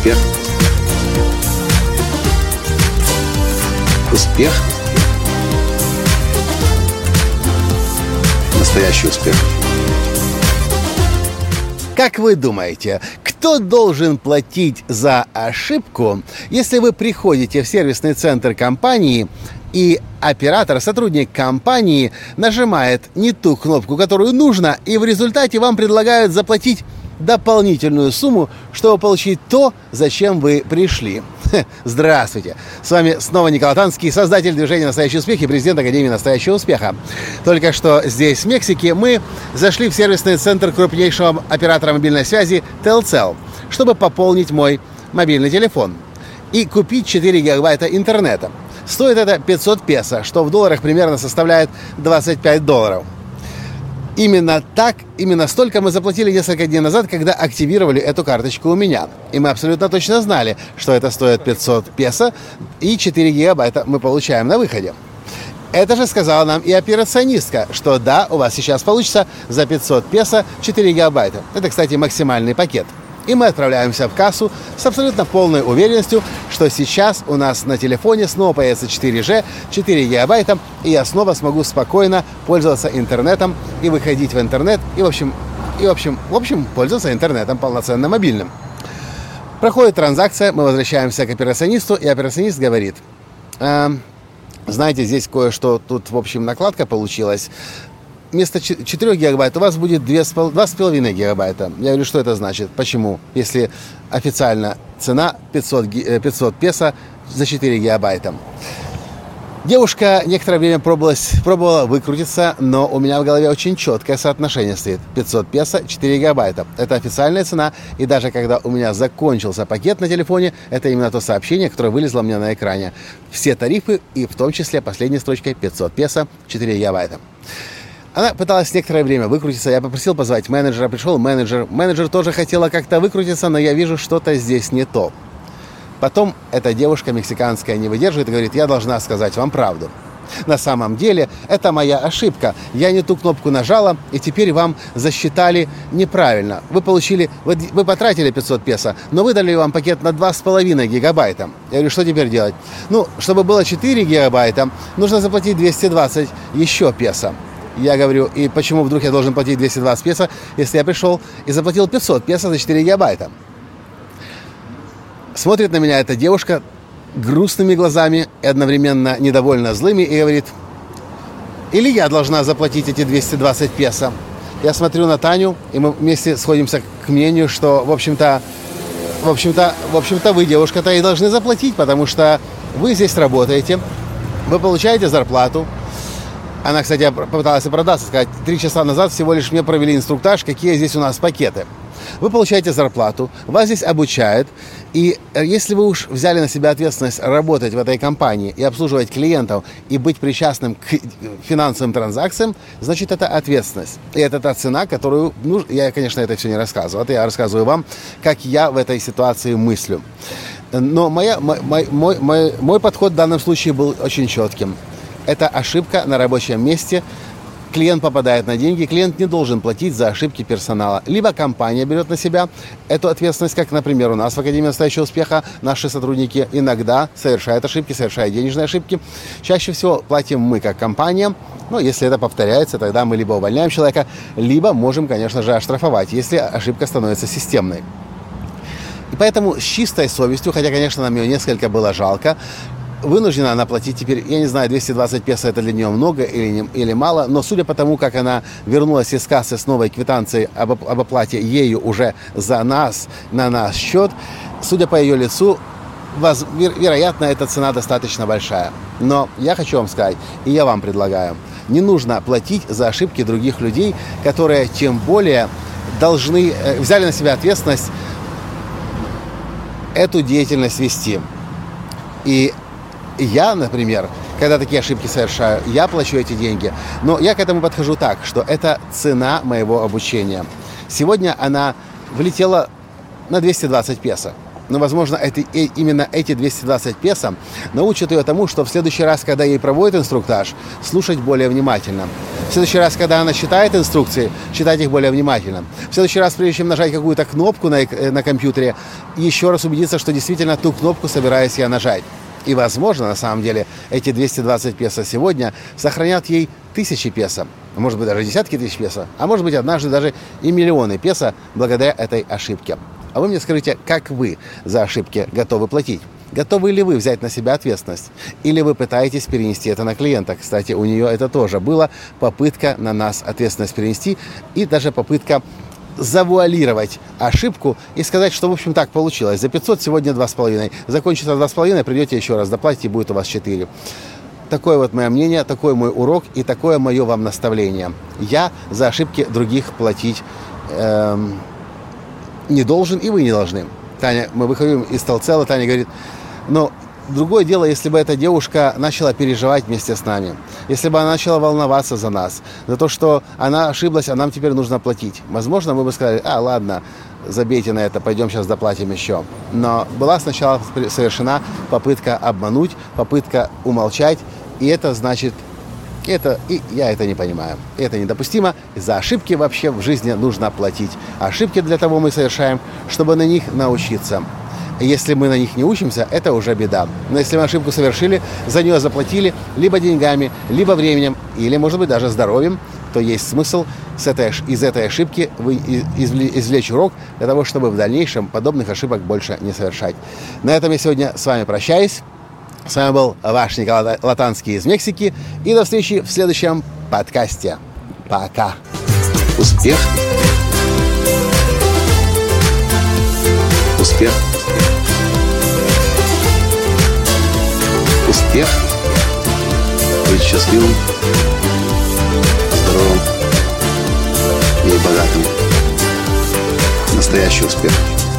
Успех. Успех. Настоящий успех. Как вы думаете, кто должен платить за ошибку, если вы приходите в сервисный центр компании и оператор, сотрудник компании нажимает не ту кнопку, которую нужно, и в результате вам предлагают заплатить дополнительную сумму, чтобы получить то, зачем вы пришли? Здравствуйте! С вами снова Николай Танский, создатель движения «Настоящий успех» и президент Академии «Настоящего успеха». Только что здесь, в Мексике, мы зашли в сервисный центр крупнейшего оператора мобильной связи Telcel, чтобы пополнить мой мобильный телефон и купить 4 гигабайта интернета. Стоит это 500 песо, что в долларах примерно составляет $25. Именно столько мы заплатили несколько дней назад, когда активировали эту карточку у меня. И мы абсолютно точно знали, что это стоит 500 песо, и 4 гигабайта мы получаем на выходе. Это же сказала нам и операционистка, что да, у вас сейчас получится за 500 песо 4 гигабайта. Это, кстати, максимальный пакет. И мы отправляемся в кассу с абсолютно полной уверенностью, что сейчас у нас на телефоне снова появится 4G, 4 гигабайта, и я снова смогу спокойно пользоваться интернетом и выходить в интернет, и в общем, пользоваться интернетом полноценно мобильным. Проходит транзакция, мы возвращаемся к операционисту, и операционист говорит: знаете, здесь кое-что, тут, в общем, накладка получилась. Вместо 4 гигабайт у вас будет 2,5 гигабайта. Я говорю, что это значит? Почему? Если официально цена 500 песо за 4 гигабайта. Девушка некоторое время пробовала выкрутиться, но у меня в голове очень четкое соотношение стоит. 500 песо, 4 гигабайта. Это официальная цена, и даже когда у меня закончился пакет на телефоне, это именно то сообщение, которое вылезло мне на экране. Все тарифы, и в том числе последней строчкой 500 песо, 4 гигабайта. Она пыталась некоторое время выкрутиться. Я попросил позвать менеджера. Пришел менеджер. Менеджер тоже хотела как-то выкрутиться, но я вижу, что-то здесь не то. Потом эта девушка мексиканская не выдерживает и говорит: я должна сказать вам правду. На самом деле, это моя ошибка. Я не ту кнопку нажала, и теперь вам засчитали неправильно. Вы потратили 500 песо, но выдали вам пакет на 2,5 гигабайта. Я говорю, что теперь делать? Чтобы было 4 гигабайта, нужно заплатить 220 еще песо. Я говорю, и почему вдруг я должен платить 220 песо, если я пришел и заплатил 500 песо за 4 гигабайта? Смотрит на меня эта девушка грустными глазами и одновременно недовольно злыми и говорит: или я должна заплатить эти 220 песо? Я смотрю на Таню, и мы вместе сходимся к мнению, что, в общем-то, вы, девушка-то, и должны заплатить, потому что вы здесь работаете, вы получаете зарплату. Она, кстати, попыталась оправдаться, сказать: 3 часа назад всего лишь мне провели инструктаж, какие здесь у нас пакеты. Вы получаете зарплату, вас здесь обучают, и если вы уж взяли на себя ответственность работать в этой компании и обслуживать клиентов, и быть причастным к финансовым транзакциям, значит, это ответственность. И это та цена, которую... я, конечно, это все не рассказываю, это я рассказываю вам, как я в этой ситуации мыслю. Но мой подход в данном случае был очень четким. Это ошибка на рабочем месте. Клиент попадает на деньги, клиент не должен платить за ошибки персонала. Либо компания берет на себя эту ответственность, как, например, у нас в Академии «Настоящего успеха» наши сотрудники иногда совершают ошибки, совершают денежные ошибки. Чаще всего платим мы, как компания. Но если это повторяется, тогда мы либо увольняем человека, либо можем, конечно же, оштрафовать, если ошибка становится системной. И поэтому с чистой совестью, хотя, конечно, нам ее несколько было жалко, вынуждена она платить теперь, я не знаю, 220 песо это для нее много или мало, но судя по тому, как она вернулась из кассы с новой квитанцией об оплате ею уже за нас, на наш счет, судя по ее лицу, вероятно, эта цена достаточно большая. Но я хочу вам сказать, и я вам предлагаю, не нужно платить за ошибки других людей, которые тем более взяли на себя ответственность эту деятельность вести. И я, например, когда такие ошибки совершаю, я плачу эти деньги. Но я к этому подхожу так, что это цена моего обучения. Сегодня она влетела на 220 песо. Но, возможно, именно эти 220 песо научат ее тому, что в следующий раз, когда ей проводят инструктаж, слушать более внимательно. В следующий раз, когда она читает инструкции, читать их более внимательно. В следующий раз, прежде чем нажать какую-то кнопку на компьютере, еще раз убедиться, что действительно ту кнопку собираюсь я нажать. И, возможно, на самом деле, эти 220 песо сегодня сохранят ей тысячи песо, может быть, даже десятки тысяч песо, а может быть, однажды даже и миллионы песо благодаря этой ошибке. А вы мне скажите, как вы за ошибки готовы платить? Готовы ли вы взять на себя ответственность? Или вы пытаетесь перенести это на клиента? Кстати, у нее это тоже было. Попытка на нас ответственность перенести и даже попытка завуалировать ошибку и сказать, что, в общем, так получилось. За 500 сегодня 2,5. Закончится 2,5, придете еще раз доплатите, и будет у вас 4. Такое вот мое мнение, такой мой урок и такое мое вам наставление. Я за ошибки других платить не должен, и вы не должны. Таня, мы выходим из Толцела, Таня говорит, но другое дело, если бы эта девушка начала переживать вместе с нами, если бы она начала волноваться за нас, за то, что она ошиблась, а нам теперь нужно платить. Возможно, мы бы сказали, ладно, забейте на это, пойдем сейчас доплатим еще. Но была сначала совершена попытка обмануть, попытка умолчать, и это значит, и я это не понимаю. Это недопустимо. За ошибки вообще в жизни нужно платить. Ошибки для того мы совершаем, чтобы на них научиться. Если мы на них не учимся, это уже беда. Но если мы ошибку совершили, за нее заплатили либо деньгами, либо временем, или, может быть, даже здоровьем, то есть смысл из этой ошибки извлечь урок для того, чтобы в дальнейшем подобных ошибок больше не совершать. На этом я сегодня с вами прощаюсь. С вами был ваш Николай Латанский из Мексики. И до встречи в следующем подкасте. Пока. Успех. Успех. Успех. Быть счастливым, здоровым и богатым. Настоящий успех.